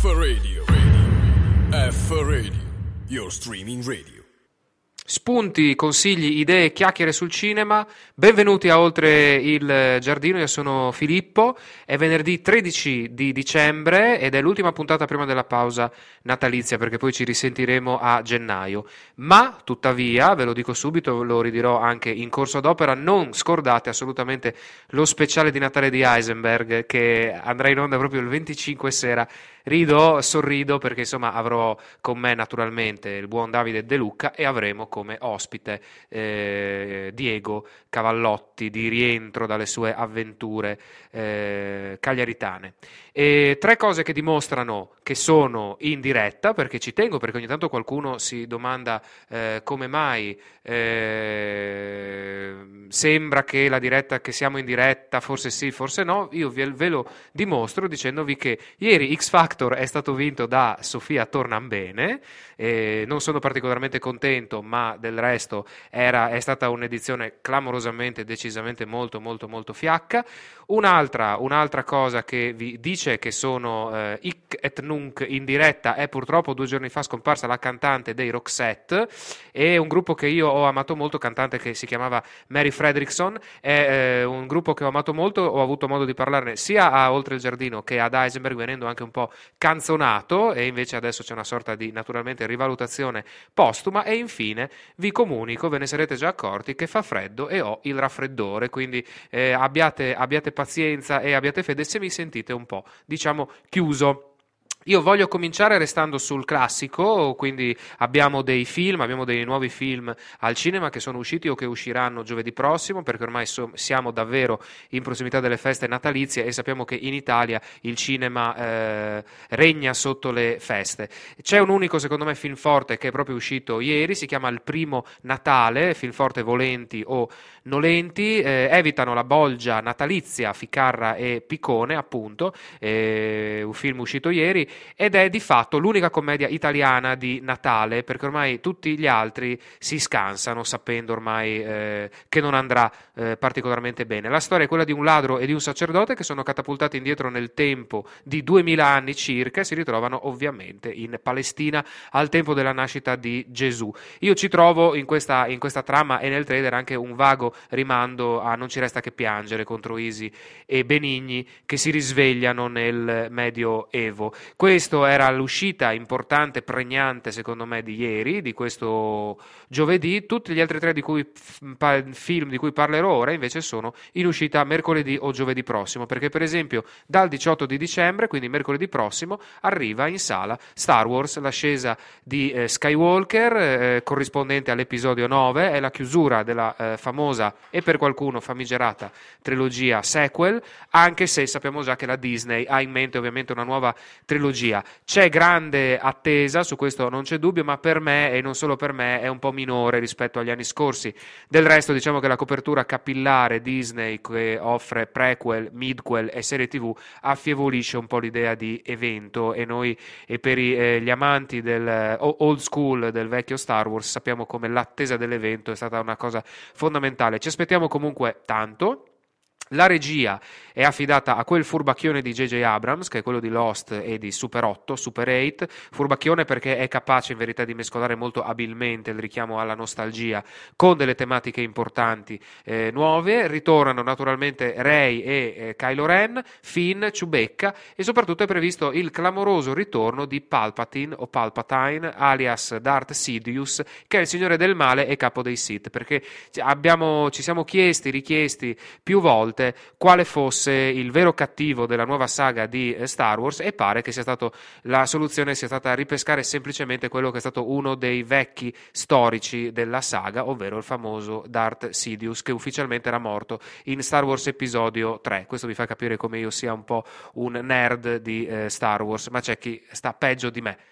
F Radio. F Radio, your streaming radio. Spunti, consigli, idee, chiacchiere sul cinema. Benvenuti a Oltre il Giardino, io sono Filippo. È venerdì 13 di dicembre ed è l'ultima puntata prima della pausa natalizia, perché poi ci risentiremo a gennaio. Ma, tuttavia, ve lo dico subito, lo ridirò anche in corso d'opera, non scordate assolutamente lo speciale di Natale di Heisenberg, che andrà in onda proprio il 25 sera. Sorrido perché insomma avrò con me naturalmente il buon Davide De Lucca e avremo come ospite Diego Cavallotti, di rientro dalle sue avventure cagliaritane. E tre cose che dimostrano che sono in diretta, perché ci tengo, perché ogni tanto qualcuno si domanda come mai sembra che la diretta, che siamo in diretta, forse sì, forse no. Io ve lo dimostro dicendovi che ieri X Factor è stato vinto da Sofia Tornambene. Non sono particolarmente contento, ma del resto è stata un'edizione clamorosamente, decisamente molto molto molto fiacca. Un'altra cosa che vi dice che sono hic et nunc in diretta è purtroppo 2 giorni fa scomparsa la cantante dei Roxette, e un gruppo che io ho amato molto, cantante che si chiamava Mary Fredrickson. È un gruppo che ho amato molto, ho avuto modo di parlarne sia a Oltre il Giardino che ad Heisenberg, venendo anche un po' canzonato, e invece adesso c'è una sorta di naturalmente rivalutazione postuma. E infine vi comunico, ve ne sarete già accorti, che fa freddo e ho il raffreddore, quindi abbiate pazienza e abbiate fede se mi sentite un po', diciamo, chiuso. Io voglio cominciare restando sul classico, quindi abbiamo dei nuovi film al cinema che sono usciti o che usciranno giovedì prossimo, perché ormai siamo davvero in prossimità delle feste natalizie e sappiamo che in Italia il cinema regna sotto le feste. C'è un unico, secondo me, film forte che è proprio uscito ieri, si chiama Il primo Natale, film forte volenti o nolenti, evitano la bolgia natalizia, Ficarra e Piccone, appunto, un film uscito ieri, ed è di fatto l'unica commedia italiana di Natale, perché ormai tutti gli altri si scansano sapendo ormai che non andrà particolarmente bene. La storia è quella di un ladro e di un sacerdote che sono catapultati indietro nel tempo di 2000 anni circa e si ritrovano ovviamente in Palestina al tempo della nascita di Gesù. Io ci trovo in questa trama e nel trailer anche un vago rimando a Non ci resta che piangere, contro Isi e Benigni, che si risvegliano nel Medioevo. Questo era l'uscita importante, pregnante secondo me di ieri, di questo giovedì. Tutti gli altri tre film di cui parlerò ora invece sono in uscita mercoledì o giovedì prossimo, perché per esempio dal 18 di dicembre, quindi mercoledì prossimo, arriva in sala Star Wars, l'ascesa di Skywalker, corrispondente all'episodio 9, è la chiusura della famosa e per qualcuno famigerata trilogia sequel, anche se sappiamo già che la Disney ha in mente ovviamente una nuova trilogia. C'è grande attesa, su questo non c'è dubbio, ma per me, e non solo per me, è un po' minore rispetto agli anni scorsi. Del resto diciamo che la copertura capillare Disney, che offre prequel, midquel e serie TV, affievolisce un po' l'idea di evento, e noi, e per gli amanti del old school, del vecchio Star Wars, sappiamo come l'attesa dell'evento è stata una cosa fondamentale. Ci aspettiamo comunque tanto. La regia è affidata a quel furbacchione di J.J. Abrams, che è quello di Lost e di Super 8, Super 8, furbacchione perché è capace in verità di mescolare molto abilmente il richiamo alla nostalgia con delle tematiche importanti nuove. Ritornano naturalmente Rey e Kylo Ren, Finn, Chewbacca, e soprattutto è previsto il clamoroso ritorno di Palpatine o Palpatine, alias Darth Sidious, che è il signore del male e capo dei Sith, perché ci siamo richiesti più volte quale fosse il vero cattivo della nuova saga di Star Wars, e pare che la soluzione sia stata ripescare semplicemente quello che è stato uno dei vecchi storici della saga, ovvero il famoso Darth Sidious, che ufficialmente era morto in Star Wars episodio 3. Questo vi fa capire come io sia un po' un nerd di Star Wars, ma c'è chi sta peggio di me.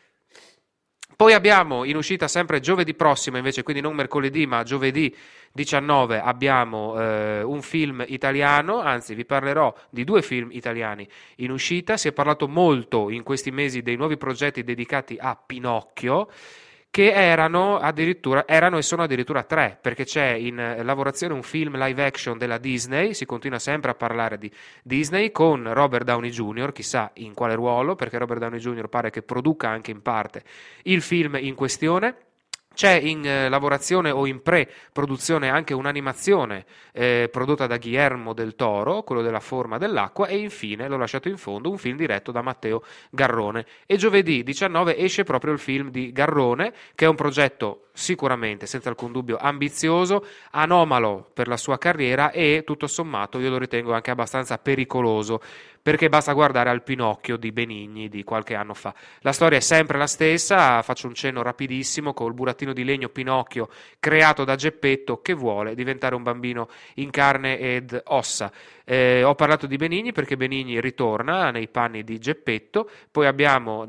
Poi abbiamo in uscita sempre giovedì prossimo, invece, quindi non mercoledì ma giovedì 19, abbiamo un film italiano, anzi vi parlerò di 2 film italiani in uscita. Si è parlato molto in questi mesi dei nuovi progetti dedicati a Pinocchio, che erano e sono addirittura 3, perché c'è in lavorazione un film live action della Disney, si continua sempre a parlare di Disney, con Robert Downey Jr., chissà in quale ruolo, perché Robert Downey Jr. pare che produca anche in parte il film in questione. C'è in lavorazione o in pre-produzione anche un'animazione prodotta da Guillermo del Toro, quello della Forma dell'acqua, e infine, l'ho lasciato in fondo, un film diretto da Matteo Garrone. E giovedì 19 esce proprio il film di Garrone, che è un progetto sicuramente, senza alcun dubbio, ambizioso, anomalo per la sua carriera e tutto sommato io lo ritengo anche abbastanza pericoloso, perché basta guardare al Pinocchio di Benigni di qualche anno fa. La storia è sempre la stessa, faccio un cenno rapidissimo, col burattino di legno Pinocchio creato da Geppetto che vuole diventare un bambino in carne ed ossa. Ho parlato di Benigni perché Benigni ritorna nei panni di Geppetto, poi abbiamo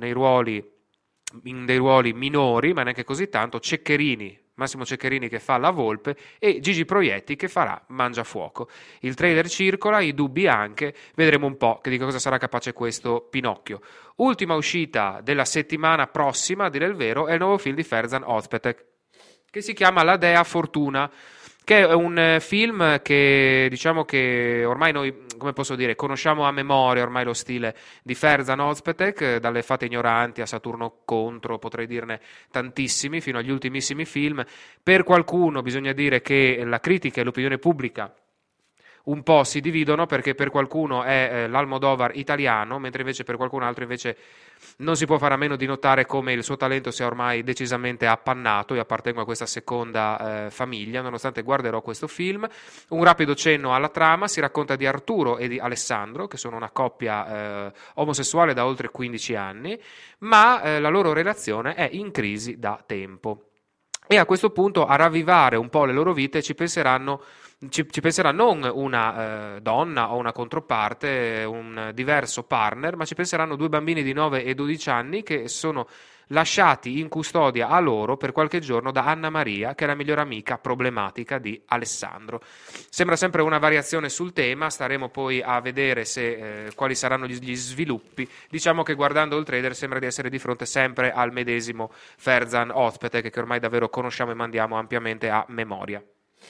in dei ruoli minori, ma neanche così tanto, Massimo Ceccherini che fa la Volpe e Gigi Proietti che farà Mangiafuoco. Il trailer circola, i dubbi anche, vedremo un po' di cosa sarà capace questo Pinocchio. Ultima uscita della settimana prossima, a dire il vero, è il nuovo film di Ferzan Özpetek, che si chiama La Dea Fortuna, che è un film che diciamo che ormai noi, come posso dire, conosciamo a memoria ormai lo stile di Ferzan Özpetek, dalle Fate ignoranti a Saturno contro, potrei dirne tantissimi, fino agli ultimissimi film. Per qualcuno bisogna dire che la critica e l'opinione pubblica un po' si dividono, perché per qualcuno è l'Almodovar italiano, mentre invece per qualcun altro invece non si può fare a meno di notare come il suo talento sia ormai decisamente appannato. Io appartengo a questa seconda famiglia, nonostante guarderò questo film. Un rapido cenno alla trama: si racconta di Arturo e di Alessandro, che sono una coppia omosessuale da oltre 15 anni, ma la loro relazione è in crisi da tempo. E a questo punto a ravvivare un po' le loro vite ci penserà non una donna o una controparte, un diverso partner, ma ci penseranno due bambini di 9 e 12 anni che sono lasciati in custodia a loro per qualche giorno da Anna Maria, che è la migliore amica problematica di Alessandro. Sembra sempre una variazione sul tema, staremo poi a vedere quali saranno gli sviluppi. Diciamo che guardando il trailer sembra di essere di fronte sempre al medesimo Ferzan Özpetek, che ormai davvero conosciamo e mandiamo ampiamente a memoria.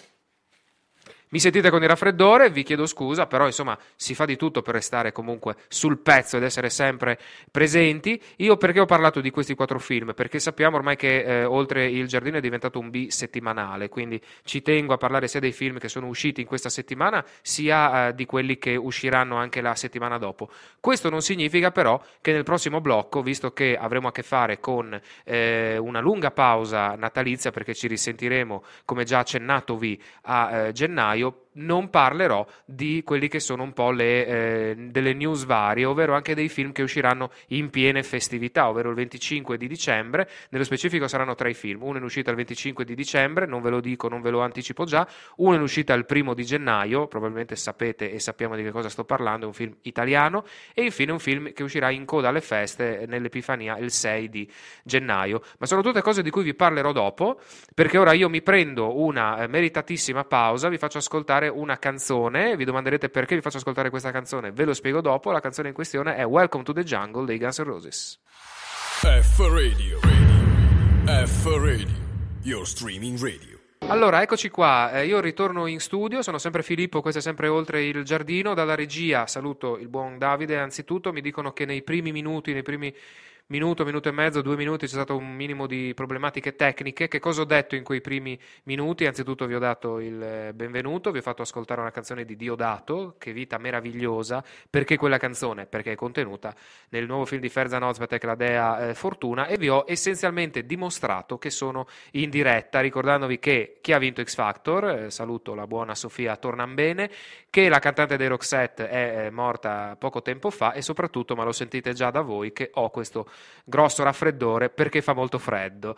Mi sentite con il raffreddore, vi chiedo scusa, però insomma si fa di tutto per restare comunque sul pezzo ed essere sempre presenti. Io perché ho parlato di questi 4 film? Perché sappiamo ormai che Oltre il giardino è diventato un bisettimanale, quindi ci tengo a parlare sia dei film che sono usciti in questa settimana, sia di quelli che usciranno anche la settimana dopo. Questo non significa però che nel prossimo blocco, visto che avremo a che fare con una lunga pausa natalizia, perché ci risentiremo, come già accennatovi, a gennaio, non parlerò di quelli che sono un po' delle news varie, ovvero anche dei film che usciranno in piene festività, ovvero il 25 di dicembre. Nello specifico saranno 3 film: uno in uscita il 25 di dicembre, non ve lo dico, non ve lo anticipo già; uno in uscita il 1 di gennaio, probabilmente sapete e sappiamo di che cosa sto parlando, è un film italiano; e infine un film che uscirà in coda alle feste nell'Epifania il 6 di gennaio. Ma sono tutte cose di cui vi parlerò dopo, perché ora io mi prendo una meritatissima pausa, vi faccio ascoltare una canzone. Vi domanderete perché vi faccio ascoltare questa canzone, ve lo spiego dopo. La canzone in questione è Welcome to the Jungle dei Guns N' Roses. F-Radio, F-Radio, your streaming radio. Allora, eccoci qua, io ritorno in studio, sono sempre Filippo, questo è sempre Oltre il giardino. Dalla regia saluto il buon Davide. Anzitutto mi dicono che nei primi minuto e mezzo, 2 minuti c'è stato un minimo di problematiche tecniche. Che cosa ho detto in quei primi minuti? Anzitutto vi ho dato il benvenuto, vi ho fatto ascoltare una canzone di Diodato, Che vita meravigliosa. Perché quella canzone? Perché è contenuta nel nuovo film di Ferzan Özpetek, La Dea Fortuna, e vi ho essenzialmente dimostrato che sono in diretta, ricordandovi che chi ha vinto X Factor, saluto la buona Sofia Tornambene, che la cantante dei Roxette è morta poco tempo fa, e soprattutto, ma lo sentite già da voi, che ho questo grosso raffreddore perché fa molto freddo.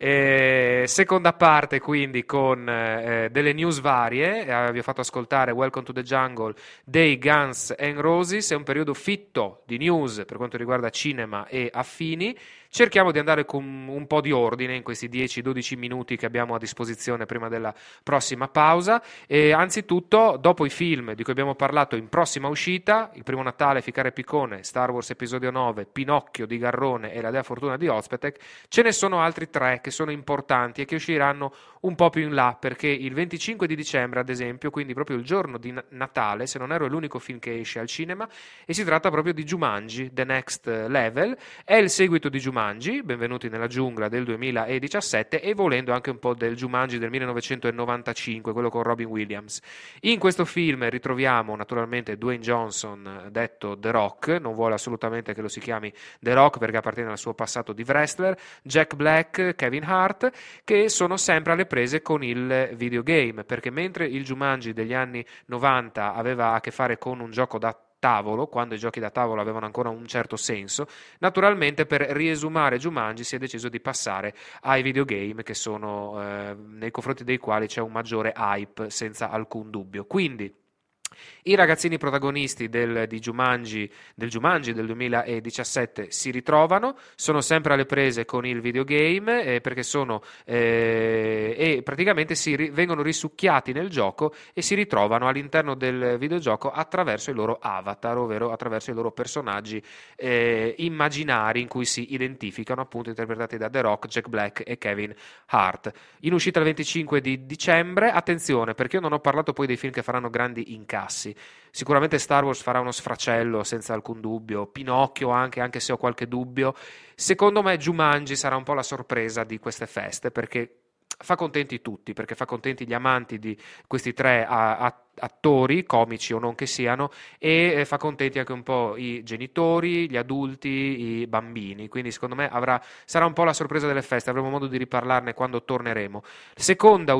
Seconda parte quindi con delle news varie. Vi ho fatto ascoltare Welcome to the Jungle dei Guns N' Roses. È un periodo fitto di news per quanto riguarda cinema e affini. Cerchiamo di andare con un po' di ordine in questi 10-12 minuti che abbiamo a disposizione prima della prossima pausa. Anzitutto, dopo i film di cui abbiamo parlato in prossima uscita, Il primo Natale, Ficcare Piccone, Star Wars Episodio 9, Pinocchio di Garrone Napoleone e La Dea Fortuna di Ozpetek, ce ne sono altri 3 che sono importanti e che usciranno un po' più in là, perché il 25 di dicembre, ad esempio, quindi proprio il giorno di Natale, se non ero, è l'unico film che esce al cinema, e si tratta proprio di Jumanji, The Next Level. È il seguito di Jumanji, Benvenuti nella giungla, del 2017, e volendo anche un po' del Jumanji del 1995, quello con Robin Williams. In questo film ritroviamo naturalmente Dwayne Johnson, detto The Rock, non vuole assolutamente che lo si chiami The Rock perché appartiene al suo passato di wrestler, Jack Black, Kevin Hart, che sono sempre alle prese con il videogame, perché mentre il Jumanji degli anni 90 aveva a che fare con un gioco da tavolo, quando i giochi da tavolo avevano ancora un certo senso, naturalmente per riesumare Jumanji si è deciso di passare ai videogame, che sono nei confronti dei quali c'è un maggiore hype senza alcun dubbio. Quindi i ragazzini protagonisti del Jumanji del 2017 si ritrovano, sono sempre alle prese con il videogame, perché sono e praticamente vengono risucchiati nel gioco e si ritrovano all'interno del videogioco attraverso i loro avatar, ovvero attraverso i loro personaggi immaginari in cui si identificano, appunto interpretati da The Rock, Jack Black e Kevin Hart. In uscita il 25 di dicembre, attenzione perché io non ho parlato poi dei film che faranno grandi incassi. Sicuramente Star Wars farà uno sfracello senza alcun dubbio, Pinocchio anche se ho qualche dubbio. Secondo me Jumanji sarà un po' la sorpresa di queste feste, perché fa contenti tutti, perché fa contenti gli amanti di questi 3 attori, comici o non che siano, e fa contenti anche un po' i genitori, gli adulti, i bambini. Quindi secondo me sarà un po' la sorpresa delle feste, avremo modo di riparlarne quando torneremo. Seconda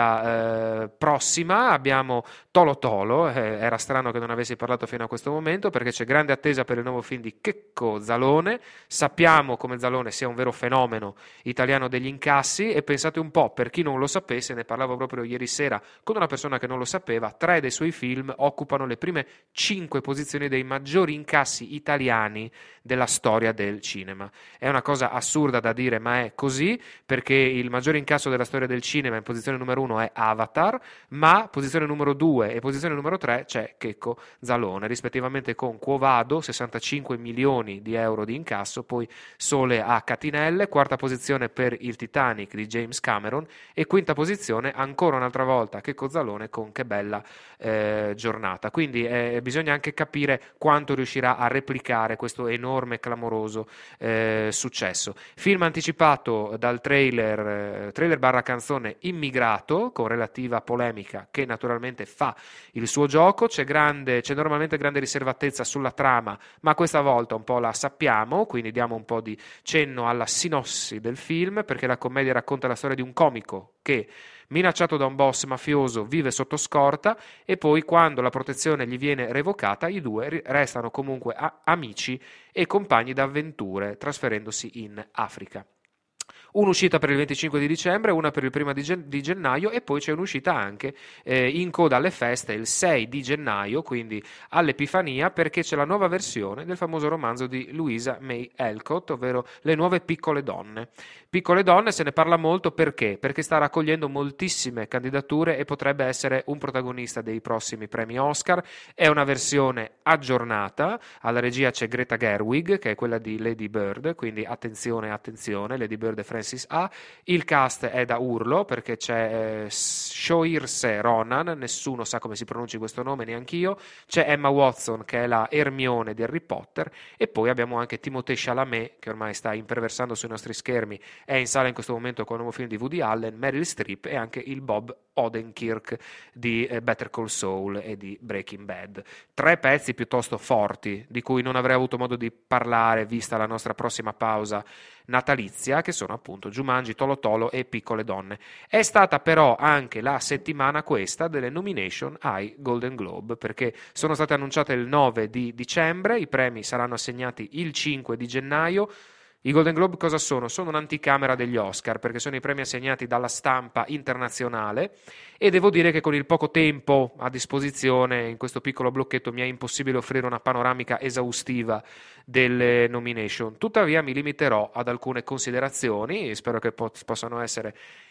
uscita prossima abbiamo Tolo Tolo, era strano che non avessi parlato fino a questo momento, perché c'è grande attesa per il nuovo film di Checco Zalone. Sappiamo come Zalone sia un vero fenomeno italiano degli incassi, e pensate un po', per chi non lo sapesse, ne parlavo proprio ieri sera con una persona che non lo sapeva, 3 dei suoi film occupano le prime 5 posizioni dei maggiori incassi italiani della storia del cinema. È una cosa assurda da dire, ma è così, perché il maggiore incasso della storia del cinema in posizione numero 1 è Avatar, ma posizione numero 2 e posizione numero 3 c'è Checco Zalone, rispettivamente con Quo Vado, 65 milioni di euro di incasso, poi Sole a Catinelle, quarta posizione per il Titanic di James Cameron, e quinta posizione ancora un'altra volta Checco Zalone con Che bella giornata. Quindi bisogna anche capire quanto riuscirà a replicare questo enorme, clamoroso successo. Film anticipato dal trailer barra canzone Immigrato, con relativa polemica, che naturalmente fa il suo gioco. C'è normalmente grande riservatezza sulla trama, ma questa volta un po' la sappiamo, quindi diamo un po' di cenno alla sinossi del film, perché la commedia racconta la storia di un comico che, minacciato da un boss mafioso, vive sotto scorta, e poi quando la protezione gli viene revocata i due restano comunque amici e compagni d'avventure, trasferendosi in Africa. Un'uscita per il 25 di dicembre, una per il 1 di gennaio, e poi c'è un'uscita anche in coda alle feste il 6 di gennaio, quindi all'Epifania, perché c'è la nuova versione del famoso romanzo di Louisa May Alcott, ovvero Le nuove piccole donne. Piccole donne se ne parla molto perché sta raccogliendo moltissime candidature e potrebbe essere un protagonista dei prossimi premi Oscar. È una versione aggiornata, alla regia c'è Greta Gerwig, che è quella di Lady Bird, quindi attenzione, Lady Bird e Francis A. Il cast è da urlo, perché c'è Saoirse Ronan, nessuno sa come si pronunci questo nome, neanch'io, c'è Emma Watson che è la Hermione di Harry Potter, e poi abbiamo anche Timothée Chalamet, che ormai sta imperversando sui nostri schermi, è in sala in questo momento con il nuovo film di Woody Allen, Meryl Streep e anche il Bob Odenkirk di Better Call Saul e di Breaking Bad. 3 pezzi piuttosto forti, di cui non avrei avuto modo di parlare vista la nostra prossima pausa natalizia, che sono appunto Jumanji, Tolo Tolo e Piccole Donne. È stata però anche la settimana questa delle nomination ai Golden Globe, perché sono state annunciate il 9 di dicembre, i premi saranno assegnati il 5 di gennaio. I Golden Globe cosa sono? Sono un'anticamera degli Oscar, perché sono i premi assegnati dalla stampa internazionale, e devo dire che con il poco tempo a disposizione in questo piccolo blocchetto mi è impossibile offrire una panoramica esaustiva delle nomination. Tuttavia mi limiterò ad alcune considerazioni e spero che possano essere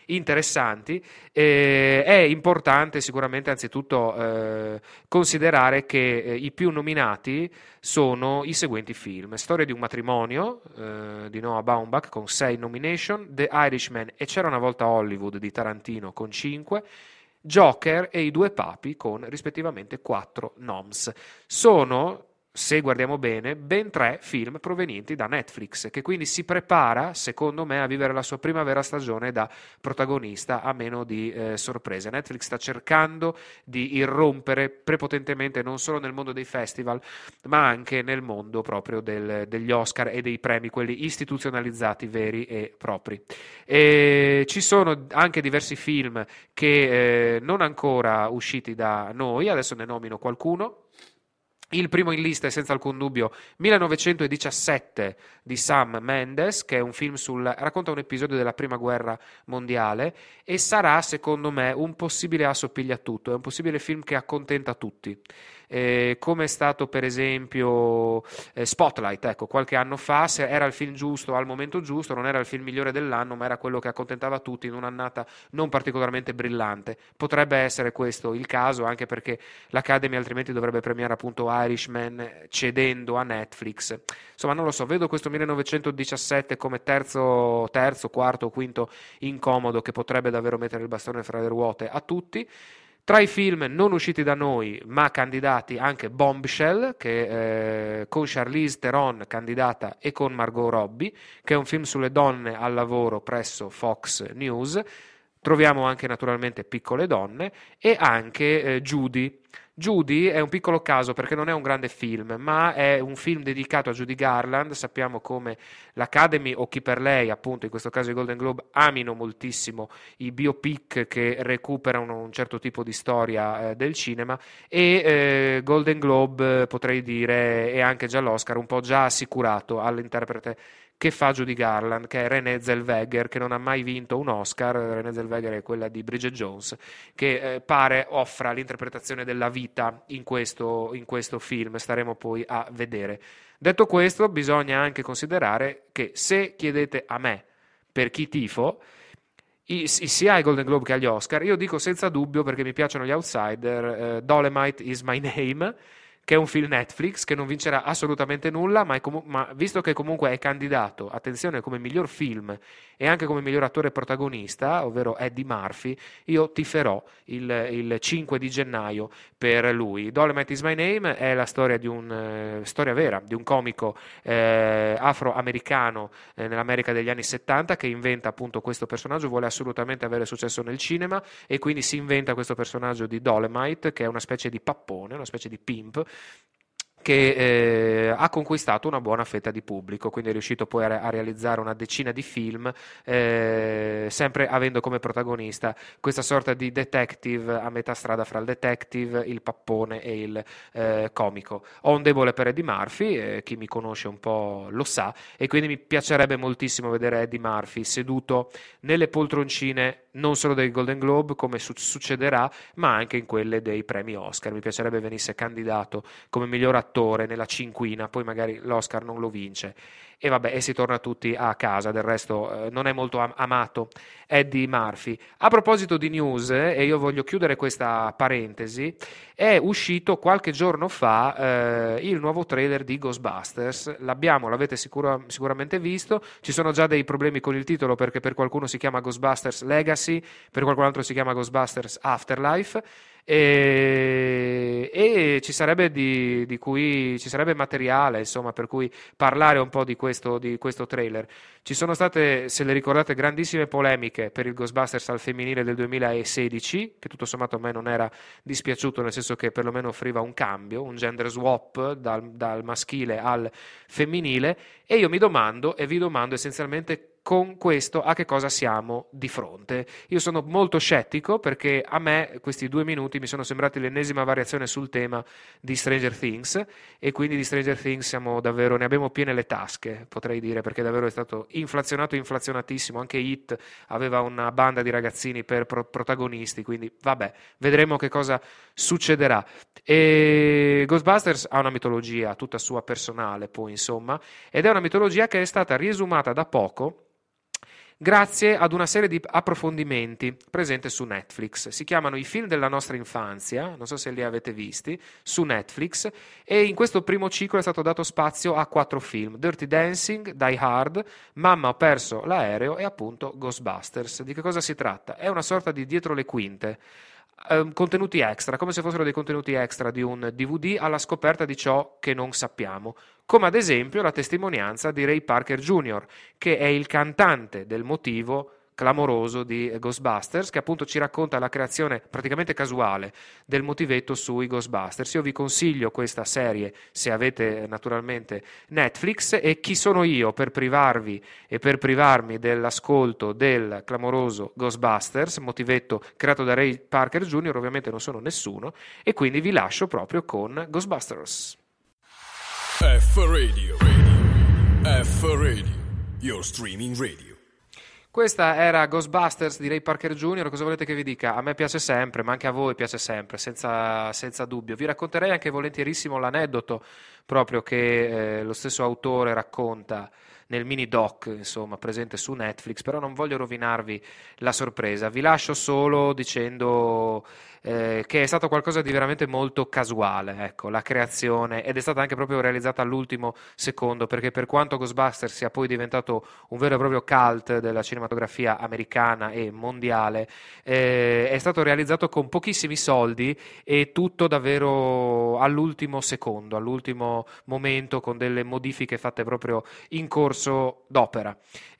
interessanti. È importante sicuramente anzitutto considerare che i più nominati sono i seguenti film: Storia di un matrimonio di Noah Baumbach con 6 nomination, The Irishman e C'era una volta Hollywood di Tarantino con 5, Joker e I due papi con rispettivamente 4 noms. Sono, se guardiamo bene, ben 3 film provenienti da Netflix, che quindi si prepara, secondo me, a vivere la sua prima vera stagione da protagonista, a meno di sorprese. Netflix sta cercando di irrompere prepotentemente non solo nel mondo dei festival, ma anche nel mondo proprio degli Oscar e dei premi, quelli istituzionalizzati veri e propri. E ci sono anche diversi film che non ancora usciti da noi, adesso ne nomino qualcuno. Il primo in lista è senza alcun dubbio 1917 di Sam Mendes, che è un film racconta un episodio della prima guerra mondiale e sarà, secondo me, un possibile assopigliatutto, è un possibile film che accontenta tutti. Come è stato per esempio Spotlight, ecco, qualche anno fa, se era il film giusto al momento giusto, non era il film migliore dell'anno, ma era quello che accontentava tutti in un'annata non particolarmente brillante. Potrebbe essere questo il caso, anche perché l'Academy altrimenti dovrebbe premiare appunto Irishman cedendo a Netflix. Insomma, non lo so, vedo questo 1917 come terzo, quarto, quinto incomodo che potrebbe davvero mettere il bastone fra le ruote a tutti. Tra i film non usciti da noi, ma candidati, anche Bombshell, che con Charlize Theron candidata e con Margot Robbie, che è un film sulle donne al lavoro presso Fox News. Troviamo anche naturalmente Piccole donne e anche Judy. Judy è un piccolo caso perché non è un grande film, ma è un film dedicato a Judy Garland. Sappiamo come l'Academy o chi per lei, appunto in questo caso i Golden Globe, amino moltissimo i biopic che recuperano un certo tipo di storia del cinema, e Golden Globe, potrei dire, e anche già l'Oscar, un po' già assicurato all'interprete che fa Judy Garland, che è Renée Zellweger, che non ha mai vinto un Oscar. Renée Zellweger è quella di Bridget Jones, che pare offra l'interpretazione della vita in questo film, staremo poi a vedere. Detto questo, bisogna anche considerare che se chiedete a me per chi tifo, sia ai Golden Globe che agli Oscar, io dico senza dubbio, perché mi piacciono gli outsider, Dolomite is my name, che è un film Netflix che non vincerà assolutamente nulla, ma visto che comunque è candidato, attenzione, come miglior film e anche come miglior attore protagonista, ovvero Eddie Murphy, io tiferò il 5 di gennaio per lui. Dolomite is my name è la storia storia vera di un comico afroamericano nell'America degli anni 70, che inventa appunto questo personaggio, vuole assolutamente avere successo nel cinema e quindi si inventa questo personaggio di Dolomite, che è una specie di pappone, una specie di pimp, che ha conquistato una buona fetta di pubblico, quindi è riuscito poi a realizzare una decina di film, sempre avendo come protagonista questa sorta di detective a metà strada fra il detective, il pappone e il comico. Ho un debole per Eddie Murphy, chi mi conosce un po' lo sa, e quindi mi piacerebbe moltissimo vedere Eddie Murphy seduto nelle poltroncine non solo dei Golden Globe, come succederà, ma anche in quelle dei premi Oscar. Mi piacerebbe venisse candidato come miglior attore nella cinquina, poi magari l'Oscar non lo vince e vabbè, e si torna tutti a casa. Del resto non è molto amato Eddie Murphy. A proposito di news, e io voglio chiudere questa parentesi, è uscito qualche giorno fa il nuovo trailer di Ghostbusters. L'avete sicuramente visto. Ci sono già dei problemi con il titolo, perché per qualcuno si chiama Ghostbusters Legacy, per qualcun altro si chiama Ghostbusters Afterlife. E ci sarebbe ci sarebbe materiale, insomma, per cui parlare un po' di questo trailer. Ci sono state, se le ricordate, grandissime polemiche per il Ghostbusters al femminile del 2016, che tutto sommato a me non era dispiaciuto, nel senso che perlomeno offriva un cambio, un gender swap dal maschile al femminile, e io mi domando e vi domando essenzialmente con questo a che cosa siamo di fronte. Io sono molto scettico, perché a me questi 2 minuti mi sono sembrati l'ennesima variazione sul tema di Stranger Things, e quindi di Stranger Things ne abbiamo piene le tasche, potrei dire, perché davvero è stato inflazionatissimo. Anche It aveva una banda di ragazzini per protagonisti, quindi vabbè, vedremo che cosa succederà. E Ghostbusters ha una mitologia tutta sua personale, poi insomma, ed è una mitologia che è stata riesumata da poco grazie ad una serie di approfondimenti presente su Netflix. Si chiamano I film della nostra infanzia, non so se li avete visti, su Netflix, e in questo primo ciclo è stato dato spazio a 4 film: Dirty Dancing, Die Hard, Mamma ho perso l'aereo e appunto Ghostbusters. Di che cosa si tratta? È una sorta di dietro le quinte. Contenuti extra, come se fossero dei contenuti extra di un DVD alla scoperta di ciò che non sappiamo, come ad esempio la testimonianza di Ray Parker Jr., che è il cantante del motivo clamoroso di Ghostbusters, che appunto ci racconta la creazione praticamente casuale del motivetto sui Ghostbusters. Io vi consiglio questa serie se avete naturalmente Netflix, e chi sono io per privarvi e per privarmi dell'ascolto del clamoroso Ghostbusters, motivetto creato da Ray Parker Jr., ovviamente non sono nessuno, e quindi vi lascio proprio con Ghostbusters. F Radio, F Radio, your streaming radio. Questa era Ghostbusters di Ray Parker Jr. Cosa volete che vi dica? A me piace sempre, ma anche a voi piace sempre, senza dubbio. Vi racconterei anche volentierissimo l'aneddoto proprio che lo stesso autore racconta nel mini doc, insomma, presente su Netflix, però non voglio rovinarvi la sorpresa. Vi lascio solo dicendo che è stato qualcosa di veramente molto casuale, ecco, la creazione, ed è stata anche proprio realizzata all'ultimo secondo, perché per quanto Ghostbusters sia poi diventato un vero e proprio cult della cinematografia americana e mondiale, è stato realizzato con pochissimi soldi e tutto davvero all'ultimo secondo, all'ultimo momento, con delle modifiche fatte proprio in corso d'opera.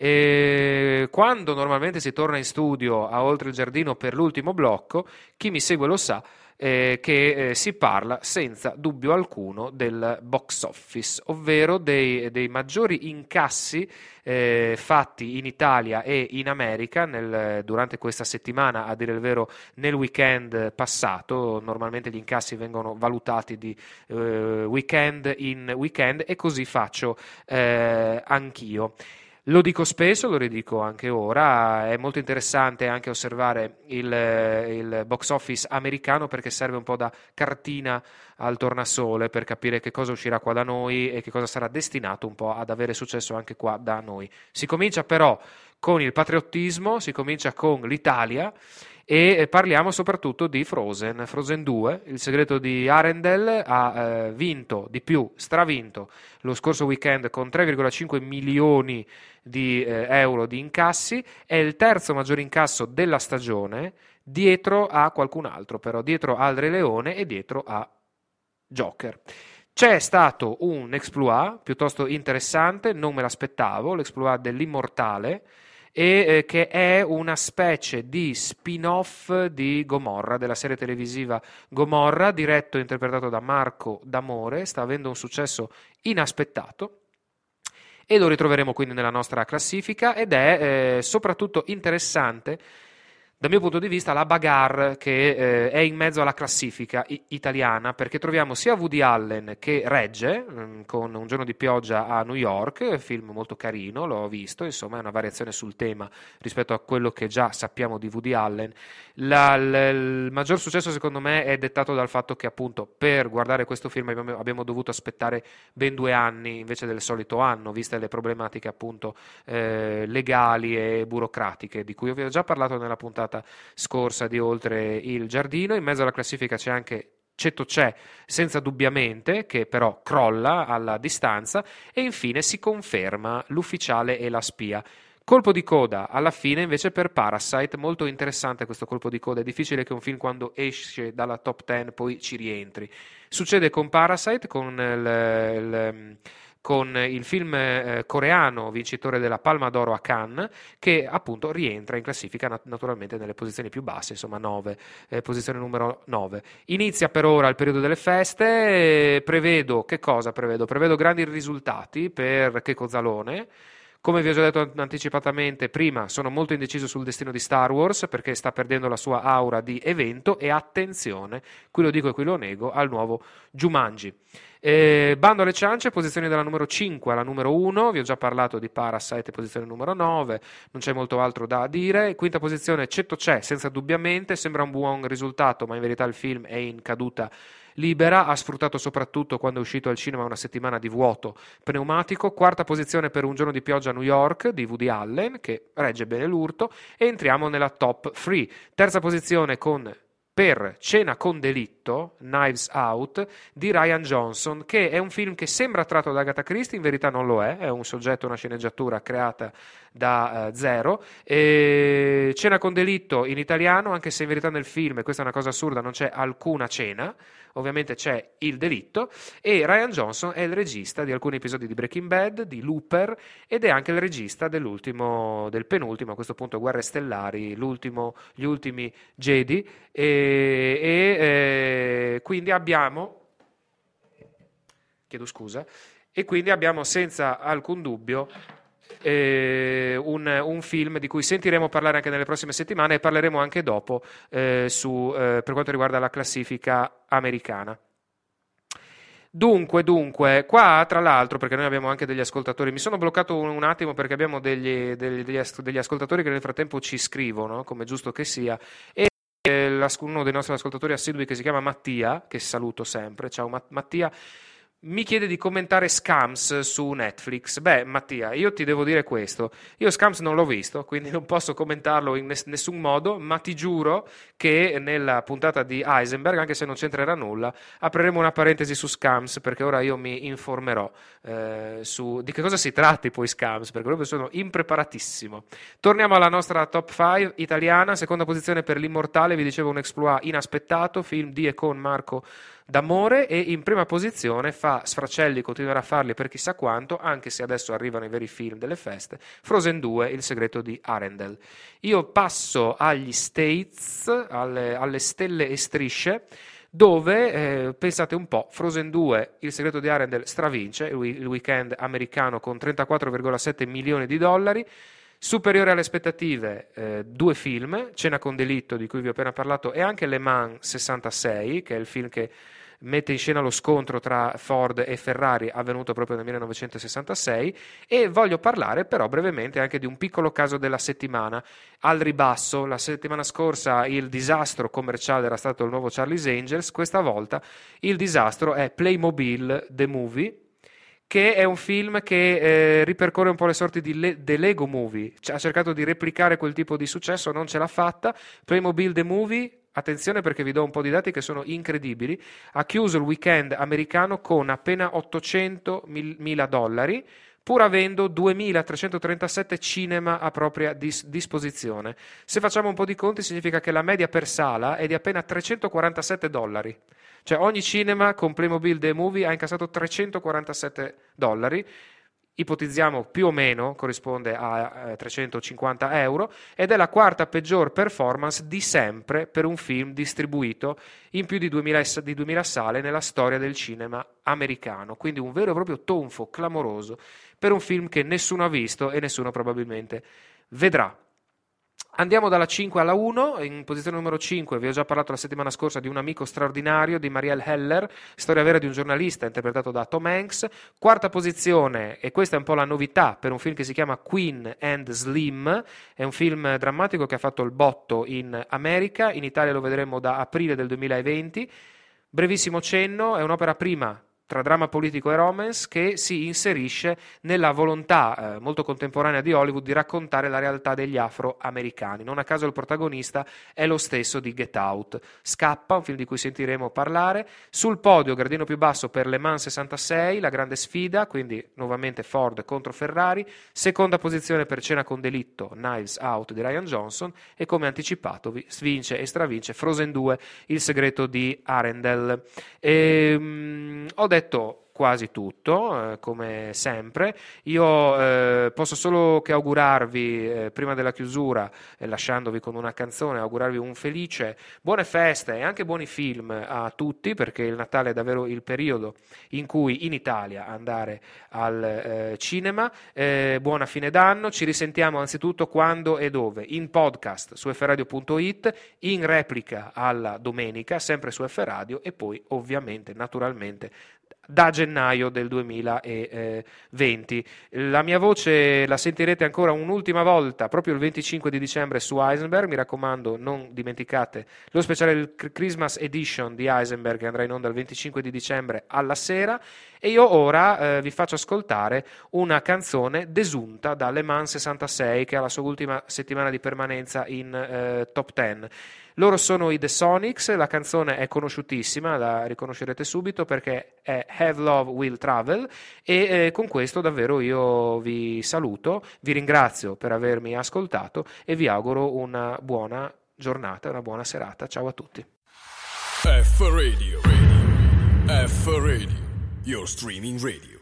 E quando normalmente si torna in studio a Oltre il Giardino per l'ultimo blocco, chi mi segue lo sa, che si parla senza dubbio alcuno del box office, ovvero dei maggiori incassi fatti in Italia e in America durante questa settimana, a dire il vero nel weekend passato. Normalmente gli incassi vengono valutati di weekend in weekend, e così faccio anch'io. Lo dico spesso, lo ridico anche ora, è molto interessante anche osservare il box office americano, perché serve un po' da cartina al tornasole per capire che cosa uscirà qua da noi e che cosa sarà destinato un po' ad avere successo anche qua da noi. Si comincia però con il patriottismo, si comincia con l'Italia, e parliamo soprattutto di Frozen 2. Il segreto di Arendelle ha vinto di più, stravinto lo scorso weekend con 3,5 milioni di euro di incassi. È il terzo maggior incasso della stagione, dietro a qualcun altro, però dietro al Re Leone e dietro a Joker. C'è stato un exploit piuttosto interessante, non me l'aspettavo, l'exploit dell'Immortale, e che è una specie di spin-off di Gomorra, della serie televisiva Gomorra, diretto e interpretato da Marco D'Amore. Sta avendo un successo inaspettato e lo ritroveremo quindi nella nostra classifica, ed è soprattutto interessante dal mio punto di vista la bagarre che è in mezzo alla classifica italiana, perché troviamo sia Woody Allen che regge con Un giorno di pioggia a New York, film molto carino, l'ho visto, insomma è una variazione sul tema rispetto a quello che già sappiamo di Woody Allen. Il maggior successo secondo me è dettato dal fatto che appunto per guardare questo film abbiamo dovuto aspettare ben 2 anni invece del solito anno, viste le problematiche appunto legali e burocratiche di cui vi ho già parlato nella puntata scorsa di Oltre il Giardino. In mezzo alla classifica c'è anche Cetto c'è, senza dubbiamente, che però crolla alla distanza, e infine si conferma L'Ufficiale e la Spia. Colpo di coda alla fine invece per Parasite, molto interessante questo colpo di coda, è difficile che un film quando esce dalla top 10 poi ci rientri. Succede con Parasite, con il film coreano vincitore della Palma d'Oro a Cannes, che appunto rientra in classifica naturalmente nelle posizioni più basse, insomma 9, posizione numero 9. Inizia per ora il periodo delle feste, prevedo grandi risultati per Checco Zalone. Come vi ho già detto anticipatamente prima, sono molto indeciso sul destino di Star Wars, perché sta perdendo la sua aura di evento, e attenzione, qui lo dico e qui lo nego, al nuovo Jumanji. Bando alle ciance, posizioni dalla numero 5 alla numero 1, vi ho già parlato di Parasite, posizione numero 9, non c'è molto altro da dire. Quinta posizione, Cetto c'è, senza dubbiamente, sembra un buon risultato, ma in verità il film è in caduta libera, ha sfruttato soprattutto quando è uscito al cinema una settimana di vuoto pneumatico. Quarta posizione per Un giorno di pioggia a New York di Woody Allen, che regge bene l'urto, e entriamo nella top 3. Terza posizione per Cena con delitto, Knives Out, di Rian Johnson, che è un film che sembra tratto da Agatha Christie, in verità non lo è un soggetto, una sceneggiatura creata da zero. Cena con delitto in italiano, anche se in verità nel film, e questa è una cosa assurda, non c'è alcuna cena, ovviamente c'è il delitto, e Rian Johnson è il regista di alcuni episodi di Breaking Bad, di Looper, ed è anche il regista del penultimo, a questo punto Guerre Stellari, gli ultimi Jedi, quindi abbiamo, chiedo scusa, e quindi abbiamo senza alcun dubbio un film di cui sentiremo parlare anche nelle prossime settimane, e parleremo anche dopo per quanto riguarda la classifica americana. Dunque, qua tra l'altro, perché noi abbiamo anche degli ascoltatori, mi sono bloccato un attimo perché abbiamo degli ascoltatori che nel frattempo ci scrivono, come giusto che sia, e uno dei nostri ascoltatori assidui, che si chiama Mattia, che saluto sempre, ciao Mattia, mi chiede di commentare Scams su Netflix. Beh, Mattia, io ti devo dire questo. Io Scams non l'ho visto, quindi non posso commentarlo in nessun modo, ma ti giuro che nella puntata di Heisenberg, anche se non c'entrerà nulla, apriremo una parentesi su Scams, perché ora io mi informerò su di che cosa si tratti poi Scams, perché proprio sono impreparatissimo. Torniamo alla nostra top 5 italiana. Seconda posizione per L'Immortale, vi dicevo, un exploit inaspettato, film di e con Marco D'Amore, e in prima posizione fa sfracelli, continuerà a farli per chissà quanto, anche se adesso arrivano i veri film delle feste, Frozen 2, Il segreto di Arendelle. Io passo agli States, alle stelle e strisce, dove, pensate un po', Frozen 2, Il segreto di Arendelle stravince il weekend americano con 34,7 milioni di dollari, superiore alle aspettative due film, Cena con delitto, di cui vi ho appena parlato, e anche Le Mans 66, che è il film che mette in scena lo scontro tra Ford e Ferrari avvenuto proprio nel 1966. E voglio parlare però brevemente anche di un piccolo caso della settimana al ribasso. La settimana scorsa il disastro commerciale era stato il nuovo Charlie's Angels, questa volta il disastro è Playmobil The Movie, che è un film che ripercorre un po' le sorti di The Lego Movie. Ha cercato di replicare quel tipo di successo, non ce l'ha fatta. Playmobil The Movie, attenzione perché vi do un po' di dati che sono incredibili, ha chiuso il weekend americano con appena 800.000 dollari, pur avendo 2.337 cinema a propria disposizione. Se facciamo un po' di conti, significa che la media per sala è di appena 347 dollari. Cioè ogni cinema con Playmobil The Movie ha incassato 347 dollari, ipotizziamo più o meno, corrisponde a 350 euro, ed è la quarta peggior performance di sempre per un film distribuito in più di 2000 sale nella storia del cinema americano. Quindi un vero e proprio tonfo clamoroso per un film che nessuno ha visto e nessuno probabilmente vedrà. Andiamo dalla 5 alla 1, in posizione numero 5 vi ho già parlato la settimana scorsa di Un amico straordinario di Marielle Heller, storia vera di un giornalista interpretato da Tom Hanks. Quarta posizione, e questa è un po' la novità, per un film che si chiama Queen and Slim, è un film drammatico che ha fatto il botto in America, in Italia lo vedremo da aprile del 2020. Brevissimo cenno, è un'opera prima tra dramma politico e romance che si inserisce nella volontà molto contemporanea di Hollywood di raccontare la realtà degli afroamericani. Non a caso il protagonista è lo stesso di Get Out. Scappa, un film di cui sentiremo parlare. Sul podio, gradino più basso per Le Mans 66, la grande sfida, quindi nuovamente Ford contro Ferrari. Seconda posizione per Cena con delitto, Knives Out di Rian Johnson, e come anticipato vince e stravince Frozen 2, Il segreto di Arendelle. Ho detto quasi tutto, come sempre. Io posso solo che augurarvi, prima della chiusura, lasciandovi con una canzone, augurarvi un felice, buone feste e anche buoni film a tutti, perché il Natale è davvero il periodo in cui in Italia andare al cinema. Buona fine d'anno, ci risentiamo anzitutto quando e dove? In podcast su fradio.it, in replica alla domenica, sempre su F Radio, e poi ovviamente, naturalmente, da gennaio del 2020. La mia voce la sentirete ancora un'ultima volta proprio il 25 di dicembre su Heisenberg. Mi raccomando, non dimenticate lo speciale Christmas Edition di Heisenberg che andrà in onda il 25 di dicembre alla sera. E io ora vi faccio ascoltare una canzone desunta da Le Mans 66, che ha la sua ultima settimana di permanenza in top 10. Loro sono i The Sonics, la canzone è conosciutissima, la riconoscerete subito perché è Have Love Will Travel, e con questo davvero io vi saluto, vi ringrazio per avermi ascoltato e vi auguro una buona giornata, una buona serata. Ciao a tutti. F Radio, F Radio, your streaming radio.